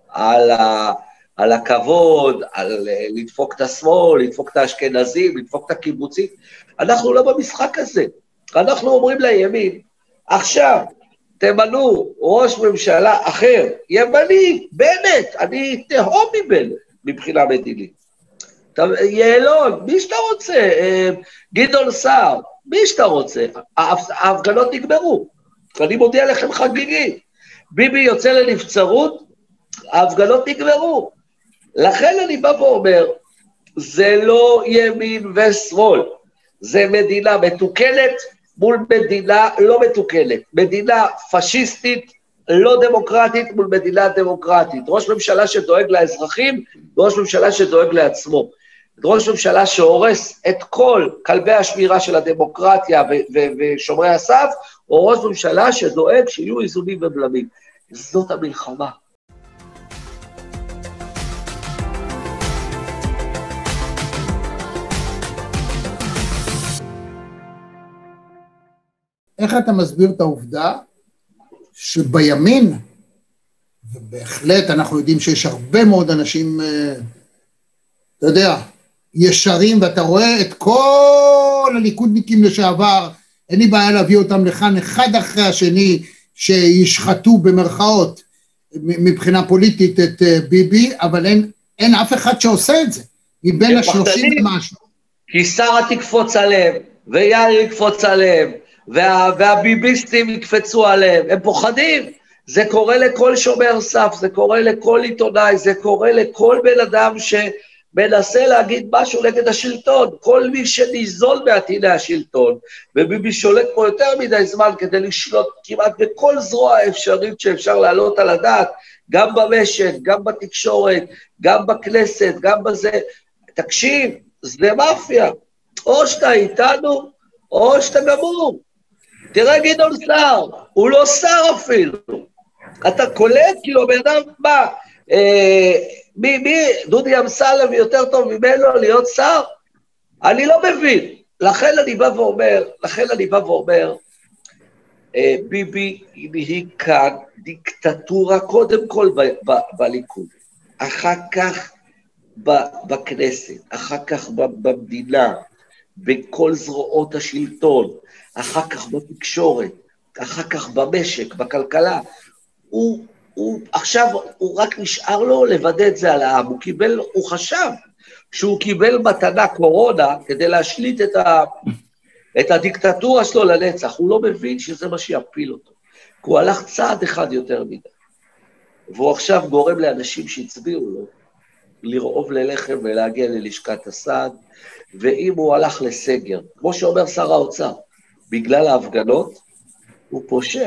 על הכבוד, על לדפוק את השמאל, לדפוק את האשכנזים, לדפוק את הקיבוצים. אנחנו לא במשחק הזה. אנחנו אומרים לימין, עכשיו תמנו ראש ממשלה אחר, ימני, בנט, אני תהום מבנט מבחינה מדינית. יעלון, מי שאתה רוצה, גדעון סער, מי שאתה רוצה, ההפגנות נגמרו. אני מודיע לכם חגיגית, ביבי יוצא לנבצרות, ההפגנות נגמרו. לכן אני בא ואומר, זה לא ימין ושמאל, זה מדינה מתוקנת מול מדינה לא מתוקנת, מדינה פשיסטית, לא דמוקרטית מול מדינה דמוקרטית, ראש ממשלה שדואג לאזרחים, וראש ממשלה שדואג לעצמו, ראש ממשלה שהורס את כל כלבי השמירה של הדמוקרטיה ושומרי הסף, או ראש ממשלה שדואג שיהיו איזונים ובלמים. זאת המלחמה. איך אתה מסביר את העובדה שבימין, ובהחלט אנחנו יודעים שיש הרבה מאוד אנשים, אתה יודע, ישרים, ואתה רואה את כל הליכודניקים לשעבר, אין לי בעיה להביא אותם לכאן אחד אחרי השני, שישחטו במרכאות מבחינה פוליטית את ביבי, אבל אין אף אחד שעושה את זה, מבין ה-30 ומשהו. כי שרה תקפוץ עליהם, ויאיר יקפוץ עליהם, והביביסטים יקפצו עליהם, הם פוחדים. זה קורה לכל שומר סף, זה קורה לכל עיתונאי, זה קורה לכל בן אדם שמנסה להגיד משהו נגד השלטון, כל מי שניזון מעטיני השלטון, וביבי שולט פה יותר מדי זמן כדי לשלוט כמעט בכל זרוע אפשרית שאפשר להעלות על הדעת, גם במשק, גם בתקשורת, גם בכנסת, גם בזה. תקשיב, זה מאפיה, או שאתה איתנו, או שאתה גמור. תראה גדעון סער, הוא לא שר אפילו. אתה קולט, כאילו, באדם, מה, דודי אמסלם יותר טוב ממנו להיות שר? אני לא מבין. לכן אני בא ואומר, ביבי היא כאן דיקטטורה קודם כל בליכוד, אחר כך בכנסת, אחר כך במדינה, בכל זרועות השלטון, אחר כך בתקשורת, אחר כך במשק, בכלכלה. עכשיו הוא רק נשאר לו לוודא את זה על העם, הוא חשב שהוא קיבל מתנה קורונה כדי להשליט את הדיקטטורה שלו לנצח, הוא לא מבין שזה מה שיפיל אותו, כי הוא הלך צעד אחד יותר מדי, והוא עכשיו גורם לאנשים שהצביעו לו, לרעוב ללחם ולהגיע ללשכת הסעד, ואם הוא הלך לסגר, כמו שאומר שר האוצר, בגלל ההפגנות, הוא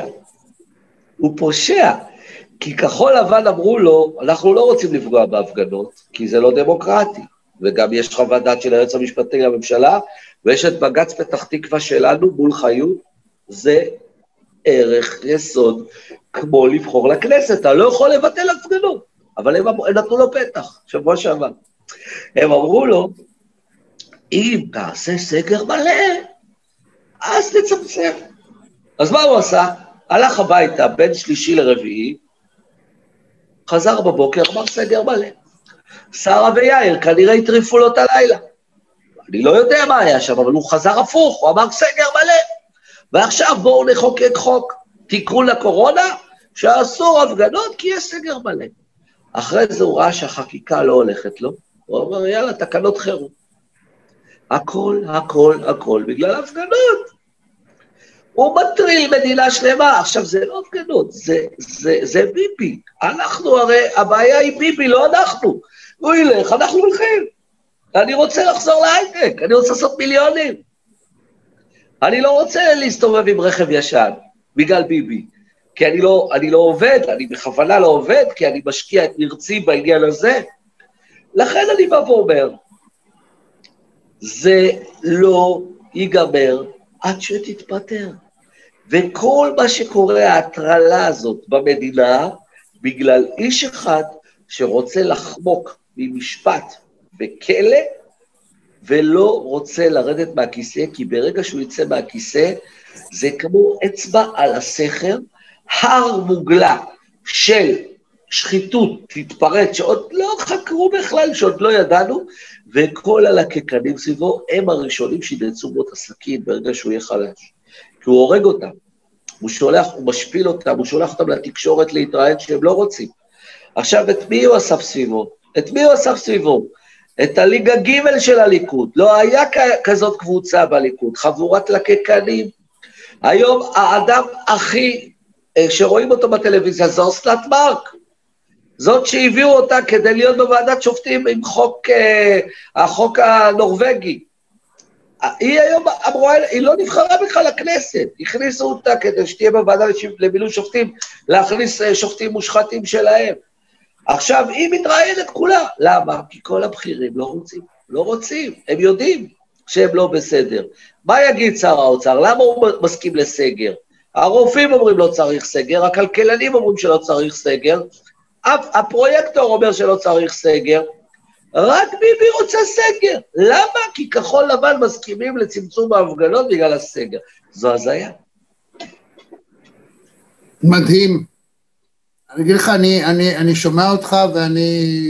פושע, כי כחול לבן אמרו לו, אנחנו לא רוצים לפגוע בהפגנות, כי זה לא דמוקרטי, וגם יש חוות דעת של היועץ המשפטי לממשלה, ויש את בג"ץ פתח תקווה שלנו מול חיות, זה ערך יסוד, כמו לבחור לכנסת, אתה לא יכול לבטל הפגנות, אבל הם נתנו לו פתח, שבוע שעבר. הם אמרו לו, אם תעשה סגר מלא, אז תצמצם. אז מה הוא עשה? הלך הביתה בין שלישי לרביעי, חזר בבוקר, אמר סגר מלא. שרה ויאיר כנראה הטריפו לו את הלילה. אני לא יודע מה היה שם, אבל הוא חזר הפוך, הוא אמר סגר מלא. ועכשיו בואו נחוקק חוק, תיקחו לקורונה, שאסור הפגנות כי יש סגר מלא. אחרי זה הוא ראה שהחקיקה לא הולכת לו, הוא אומר יאללה, תקנות חירום. הכל בגלל הפגנות. הוא מטריל מדינה שלמה, עכשיו זה לא הפגנות, זה ביבי. אנחנו הרי, הבעיה היא ביבי, לא אנחנו. הוא ילך, אנחנו הולכים. אני רוצה לחזור להייטק, אני רוצה לעשות מיליונים. אני לא רוצה להסתובב עם רכב ישן, בגלל ביבי. כי אני לא עובד, אני בכוונה לא עובד, כי אני משקיע את מרצי בעניין הזה. לכן אני בא ואומר, זה לא ייגמר עד שתתפטר. וכל מה שקורה, ההטרלה הזאת במדינה, בגלל איש אחד שרוצה לחמוק ממשפט בכלא, ולא רוצה לרדת מהכיסא, כי ברגע שהוא יצא מהכיסא, זה כמו אצבע על הסכר, הר מוגלה של שחיתות תתפרץ, שעוד לא חקרו בכלל, שעוד לא ידענו, וכל הלקקנים סביבו הם הראשונים שידרצו בו את הסכין ברגע שהוא יהיה חלש. כי הוא הורג אותם, הוא משפיל אותם, הוא שולח אותם לתקשורת להתראיין שהם לא רוצים. עכשיו, את מי הוא אסף סביבו? את הליגה ג' של הליכוד. לא היה כזאת קבוצה בליכוד, חבורת לקקנים. היום האדם הכי שרואים אותו בטלוויזיה, זו אסנת מארק. זאת שהביאו אותה כדי להיות בוועדת שופטים עם החוק הנורווגי. היא היום אמרה, היא לא נבחרה בכלל לכנסת, הכניסו אותה כדי שתהיה בוועדה למילוי שופטים, להכניס שופטים מושחתים שלהם. עכשיו, היא מתראיינת כולה. למה? כי כל הבכירים לא רוצים, הם יודעים שהם לא בסדר. מה יגיד שר האוצר? למה הוא מסכים לסגר? הרופאים אומרים לא צריך סגר, הכלכלנים אומרים שלא צריך סגר, הפרויקטור אומר שלא צריך סגר, רק ביבי רוצה סגר. למה? כי כחול לבן מסכימים לצמצום ההפגנות בגלל הסגר. זו הזיה. מדהים. אני אגיד לך, אני שומע אותך ואני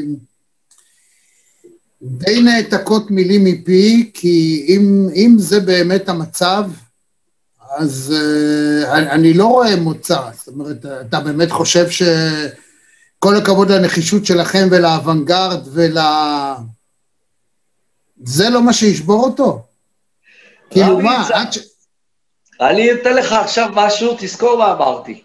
די נעתקות מילים מפי, כי אם זה באמת המצב, אז אני לא רואה מוצא. זאת אומרת, אתה באמת חושב שכל הכבוד לנחישות שלכם ולאוונגרד זה לא מה שישבור אותו? כאילו מה, אני אתן לך עכשיו משהו, תזכור מה אמרתי.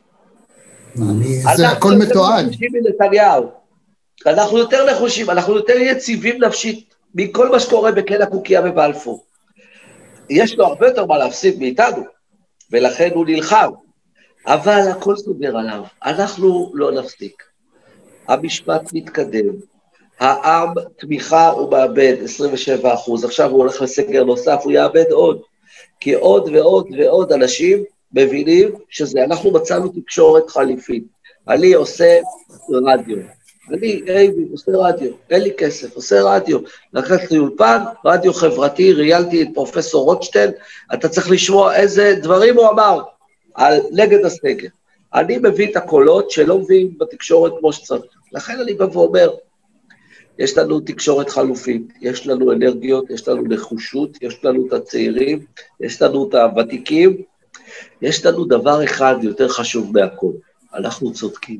זה הכל מתועד. אנחנו יותר נחושים מנתניהו. אנחנו יותר נחושים, אנחנו יותר יציבים נפשית מכל מה שקורה בכן הקוקייה בבלפור. יש לו הרבה יותר מה להפסיד מאיתנו, ולכן הוא נלחם. אבל הכל סוגר עליו, אנחנו לא נפסיק. המשפט מתקדם, העם תמיכה הוא מאבד 27%, עכשיו הוא הולך לסגר נוסף, הוא יאבד עוד. כי עוד ועוד ועוד אנשים מבינים שזה, אנחנו מצאנו תקשורת חליפית. אני עושה רדיו. אני עושה רדיו, אין לי כסף, עושה רדיו. לקחתי אולפן, רדיו חברתי, ראיינתי את פרופסור רוטשטיין, אתה צריך לשמוע איזה דברים הוא אמר על נגד הסגר. אני מביא את הקולות שלא מביאים בתקשורת כמו שצריך. לכן אני בא ואומר, יש לנו תקשורת חלופית, יש לנו אנרגיות, יש לנו נחושות, יש לנו את הצעירים, יש לנו את הוותיקים, יש לנו דבר אחד יותר חשוב מהכל, אנחנו צודקים.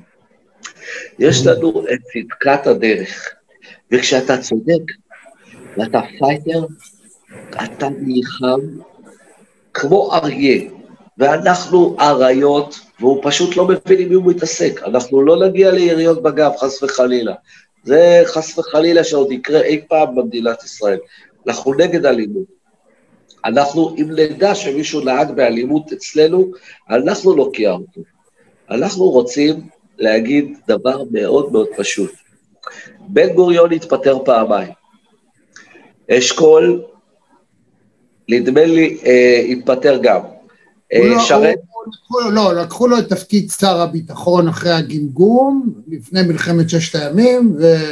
יש לנו את צדקת הדרך, וכשאתה צודק, ואתה פייטר, אתה נלחם כמו אריה, ואנחנו אריות, והוא פשוט לא מבין עם מי הוא מתעסק, אנחנו לא נגיע ליריות בגב, חס וחלילה. זה חס וחלילה שעוד יקרה אי פעם במדינת ישראל. אנחנו נגד אלימות. אנחנו, אם נדע שמישהו נהג באלימות אצלנו, אנחנו נוקיע אותו. אנחנו רוצים להגיד דבר מאוד מאוד פשוט. בן גוריון התפטר פעמיים. אשכול, נדמה לי, התפטר גם. שרת... לא, לקחו לו את תפקיד שר הביטחון אחרי הגמגום, לפני מלחמת ששת הימים,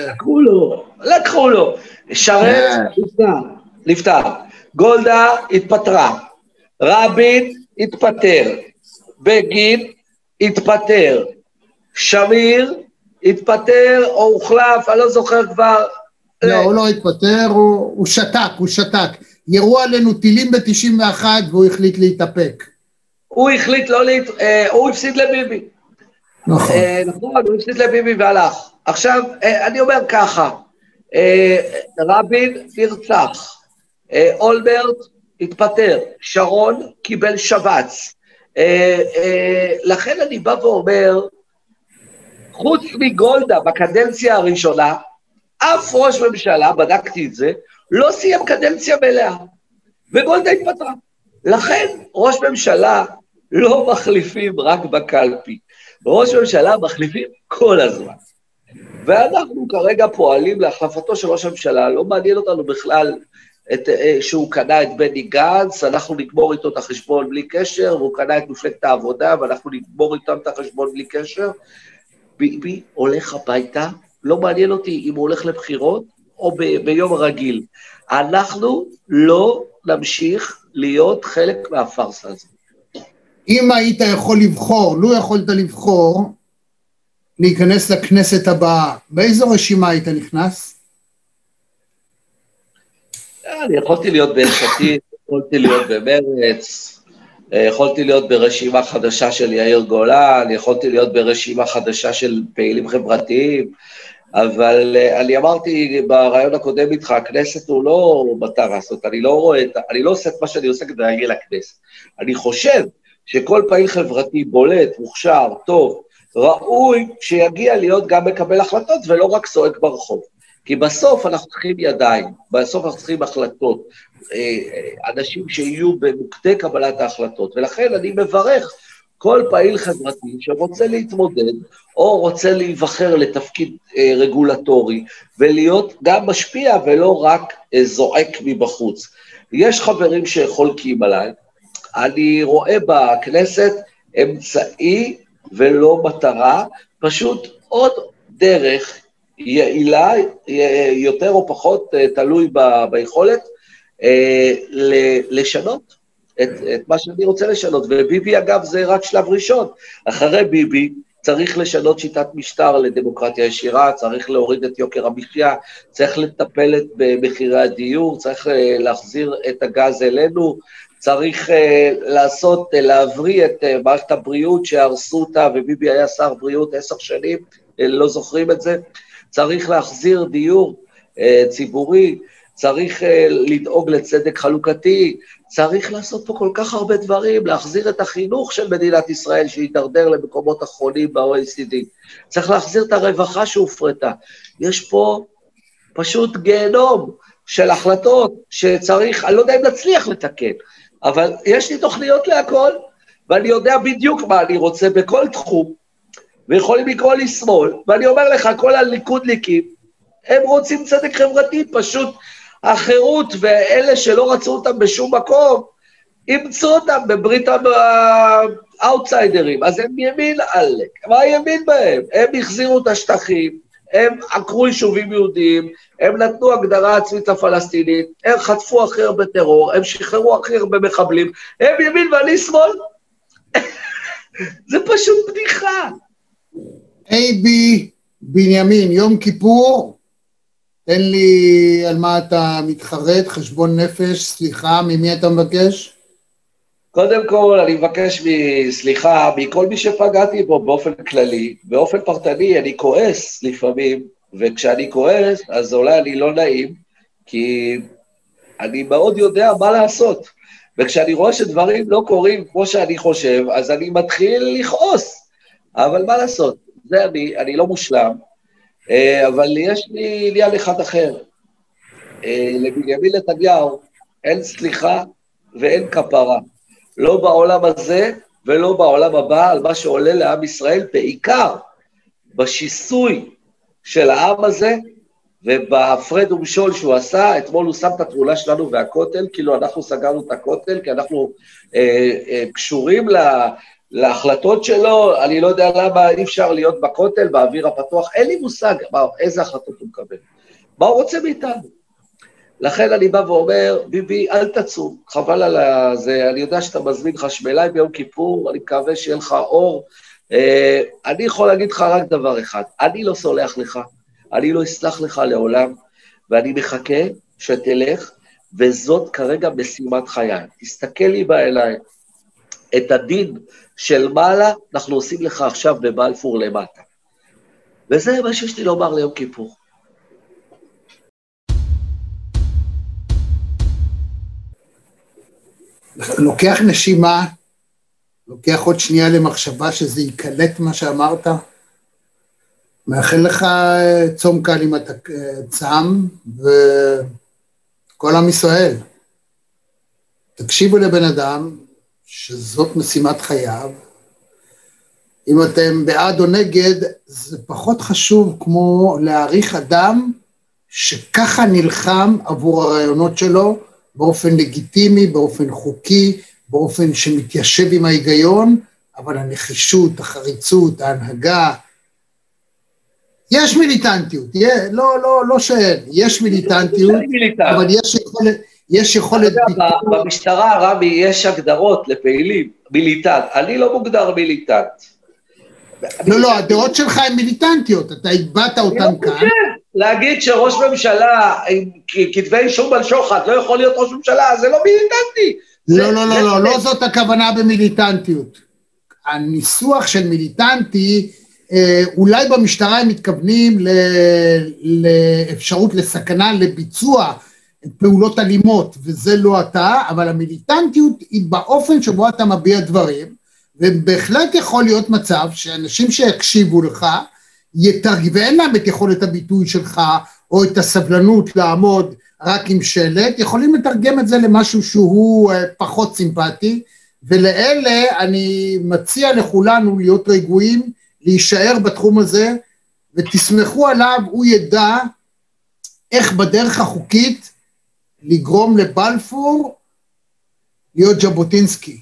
לקחו לו. שרת, נפטר. גולדה התפטרה. רבין התפטר. בגין התפטר. שמיר התפטר או הוחלף, אני לא זוכר כבר. לא, הוא לא התפטר, הוא שתק. ירו עלינו טילים ב-91 והוא החליט להתאפק. הוא החליט הוא הפסיד לביבי. נכון. הוא הפסיד לביבי והלך. עכשיו, אני אומר ככה, רבין נרצח, אולמרט התפטר, שרון קיבל שבץ. לכן אני בא ואומר, חוץ מגולדה בקדנציה הראשונה, אף ראש ממשלה, בדקתי את זה, לא סיים קדנציה מלאה, וגולדה התפטרה. לכן ראש ממשלה לא מחליפים רק בקלפי, ראש ממשלה מחליפים כל הזמן. ואנחנו כרגע פועלים להחלפתו של ראש הממשלה, לא מעניין אותנו בכלל שהוא קנה את בני גנץ, אנחנו נגמור איתו את החשבון בלי קשר, והוא קנה את מפלגת העבודה, ואנחנו נגמור איתם את החשבון בלי קשר. ביבי הולך הביתה, לא מעניין אותי אם הוא הולך לבחירות, או ביום רגיל. אנחנו לא נמשיך להיות חלק מהפרסה הזאת. אם היית יכול לבחור, לו יכולת לבחור, להיכנס לכנסת הבאה, באיזו רשימה היית נכנס? אני יכולתי להיות ביש-עתיד, יכולתי להיות במרץ, יכולתי להיות ברשימה חדשה של יאיר גולן, יכולתי להיות ברשימה חדשה של פעילים חברתיים, אבל אני אמרתי ברעיון הקודם איתך, הכנסת הוא לא מטרה, זאת אומרת, אני לא עושה את מה שאני עושה כדי להגיע לכנסת. אני חושב שכל פעיל חברתי בולט, מוכשר, טוב, ראוי שיגיע להיות גם מקבל החלטות ולא רק צועק ברחוב. כי בסוף אנחנו צריכים ידיים, בסוף אנחנו צריכים החלטות, אנשים שיהיו במוקדי קבלת ההחלטות, ולכן אני מברך כל פעיל חברתי שרוצה להתמודד, או רוצה להיבחר לתפקיד רגולטורי, ולהיות גם משפיע ולא רק זועק מבחוץ. יש חברים שחולקים עליי, אני רואה בכנסת אמצעי ולא מטרה, פשוט עוד דרך יעילה, יותר או פחות תלוי ביכולת, לשנות את מה שאני רוצה לשנות, וביבי אגב זה רק שלב ראשון, אחרי ביבי צריך לשנות שיטת משטר לדמוקרטיה ישירה, צריך להוריד את יוקר המחיה, צריך לטפל במחירי הדיור, צריך להחזיר את הגז אלינו, צריך להבריא את מערכת הבריאות שהרסו אותה, וביבי היה שר בריאות 10 שנים, לא זוכרים את זה, צריך להחזיר דיור ציבורי, צריך לדאוג לצדק חלוקתי, צריך לעשות פה כל כך הרבה דברים, להחזיר את החינוך של מדינת ישראל שיתדרדר למקומות אחרונים ב-OECD, צריך להחזיר את הרווחה שהופרטה, יש פה פשוט גיהנום של החלטות שצריך, אני לא יודע אם נצליח לתקן, אבל יש לי תוכניות להכל, ואני יודע בדיוק מה אני רוצה בכל תחום, ויכולים לקרוא לי שמאל, ואני אומר לך, כל הליכודניקים, הם רוצים צדק חברתי, פשוט החירות ואלה שלא רצו אותם בשום מקום, אימצו אותם בברית האוטסיידרים, אז הם ימין עלק, מה הימין בהם? הם החזירו את השטחים, הם עקרו יישובים יהודיים, הם נתנו הגדרה עצמית לפלסטינית, הם חטפו הכי הרבה טרור, הם שחררו הכי הרבה מחבלים, הם ימין ואני שמאל. זה פשוט בדיחה. אייבי בנימין, יום כיפור, תן לי על מה אתה מתחרט, חשבון נפש, סליחה, ממי אתה מבקש? קודם כל, אני מבקש סליחה מכל מי שפגעתי בו באופן כללי, באופן פרטני אני כועס לפעמים, וכשאני כועס, אז אולי אני לא נעים, כי אני מאוד יודע מה לעשות, וכשאני רואה שדברים לא קורים כמו שאני חושב, אז אני מתחיל לכעוס, אבל מה לעשות? זה אני לא מושלם, אבל יש לי עניין אחד אחר, לבנימין נתניהו אין סליחה ואין כפרה, לא בעולם הזה ולא בעולם הבא, על מה שעולה לעם ישראל, בעיקר בשיסוי של העם הזה, ובהפרד ומשול שהוא עשה, אתמול הוא שם את התמונה שלנו והכותל, כאילו אנחנו סגרנו את הכותל, כי אנחנו קשורים להחלטות שלו, אני לא יודע למה אי אפשר להיות בכותל, באוויר הפתוח, אין לי מושג איזה החלטות הוא מקבל, מה הוא רוצה מאיתנו. לכן אני בא ואומר, ביבי, אל תצום, חבל על זה, אני יודע שאתה מזמין חשמלאי ביום כיפור, אני מקווה שיהיה לך אור, אני יכול להגיד לך רק דבר אחד, אני לא סולח לך, אני לא אסלח לך לעולם, ואני מחכה שתלך, וזאת כרגע משימת חיי. תסתכל לי בעיניים, את הדין של מעלה, אנחנו עושים לך עכשיו בבלפור למטה. וזה מה שיש לי לומר ליום כיפור. לוקח נשימה, לוקח עוד שנייה למחשבה שזה יקלט מה שאמרת, מאחל לך צום קל אם אתה צם, וכל עם ישראל. תקשיבו לבן אדם שזאת משימת חייו, אם אתם בעד או נגד, זה פחות חשוב כמו להעריך אדם שככה נלחם עבור הרעיונות שלו, באופן לגיטימי, באופן חוקי, באופן שמתיישב עם ההיגיון, אבל הנחישות, החריצות, ההנהגה, יש מיליטנטיות, לא שאין, יש מיליטנטיות, אבל יש יכולת ביטוי. במשטרה, רבי, יש הגדרות לפעילים, מיליטנט, אני לא מוגדר מיליטנט. לא, הדעות שלך הן מיליטנטיות, אתה הבאת אותן כאן. להגיד שראש ממשלה, כתבי אישום על שוחד, לא יכול להיות ראש ממשלה, זה לא מיליטנטי. לא זאת הכוונה במיליטנטיות. הניסוח של מיליטנטי, אולי במשטרה הם מתכוונים לאפשרות לסכנה לביצוע פעולות אלימות, וזה לא אתה, אבל המיליטנטיות היא באופן שבו אתה מביע דברים, ובהחלט יכול להיות מצב שאנשים שיקשיבו לך, ואין להם את יכולת הביטוי שלך, או את הסבלנות לעמוד רק עם שלט, יכולים לתרגם את זה למשהו שהוא פחות סימפטי, ולאלה אני מציע לכולנו להיות רגועים, להישאר בתחום הזה, ותסמכו עליו, הוא ידע איך בדרך החוקית לגרום לבלפור להיות ז'בוטינסקי.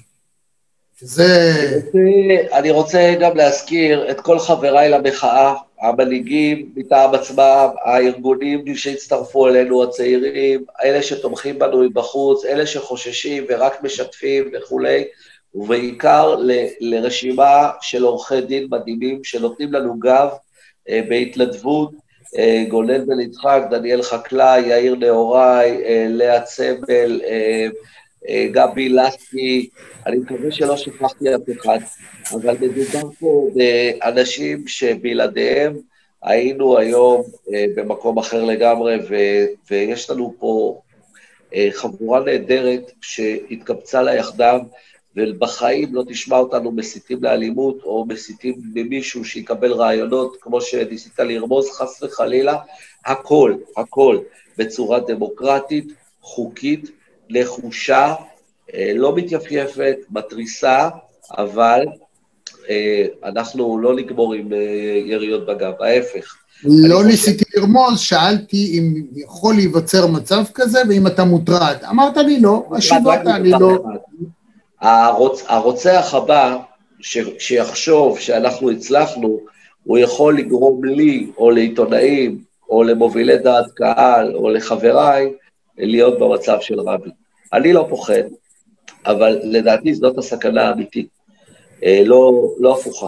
אני רוצה גם להזכיר את כל חבריי למחאה, המנהיגים מטעם עצמם, הארגונים שהצטרפו אלינו, הצעירים, אלה שתומכים בנו מבחוץ, אלה שחוששים ורק משתפים וכולי, ובעיקר לרשימה של עורכי דין מדהימים שנותנים לנו גב בהתנדבות, גונן בן יצחק, דניאל חקלאי, יאיר נאורי, לאה צמל, גבי לסקי, אני מקווה שלא שכחתי אף אחד, אבל מדובר פה באנשים שבלעדיהם היינו היום במקום אחר לגמרי, ויש לנו פה חבורה נהדרת שהתקבצה לה יחדיו, ובחיים לא תשמע אותנו מסיתים לאלימות, או מסיתים ממישהו שיקבל רעיונות, כמו שניסית לרמוז, חס וחלילה, הכל בצורה דמוקרטית, חוקית, נחושה, לא מתייפייפת, מטריסה, אבל אנחנו לא נגמור עם יריות בגב, ההפך. לא ניסיתי לרמוז, שאלתי אם יכול להיווצר מצב כזה, ואם אתה מוטרד. אמרת לי לא, השיבות אני לא. הרוצח הבא, שיחשוב שאנחנו הצלחנו, הוא יכול לגרום לי, או לעיתונאים, או למובילי דעת קהל, או לחבריי, להיות במצב של רבין. אני לא פוחד, אבל לדעתי זאת הסכנה האמיתית, לא הפוכה.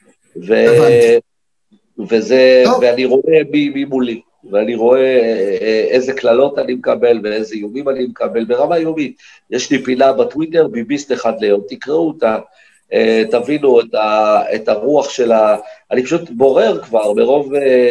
ואני רואה מי מולי, ואני רואה איזה כללות אני מקבל, ואיזה איומים אני מקבל, ברמה יומית. יש לי פינה בטוויטר, ביביסט אחד ליום, תקראו אותה, תבינו את הרוח שלה, אני פשוט בורר כבר, ברוב,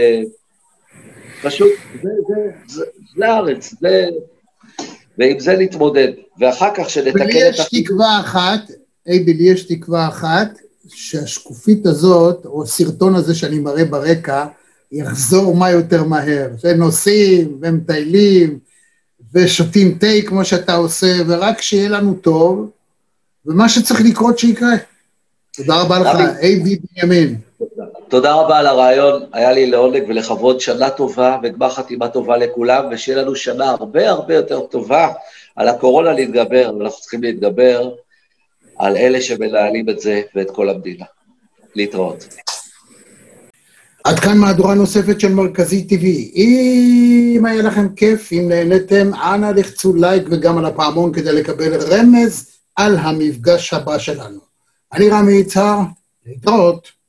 פשוט, זה הארץ, ועם זה נתמודד, ואחר כך שנתקן את לי יש תקווה אחת, שהשקופית הזאת, או הסרטון הזה שאני מראה ברקע, יחזור מה יותר מהר, שנוסעים ומטיילים, ושותים תה כמו שאתה עושה, ורק שיהיה לנו טוב, ומה שצריך לקרות שיקרה. תודה רבה לך, אייבי בנימין. תודה רבה על הרעיון, היה לי לעונג ולכבוד, שנה טובה וגמר חתימה טובה לכולם, ושיהיה לנו שנה הרבה הרבה יותר טובה, על הקורונה להתגבר, ואנחנו צריכים להתגבר על אלה שמנהלים את זה ואת כל המדינה. להתראות. עד כאן מהדורה נוספת של מרכזי TV. אם היה לכם כיף, אם נהנתם, אנא לחצו לייק וגם על הפעמון כדי לקבל רמז על המפגש הבא שלנו. אני רמי יצהר, להתראות.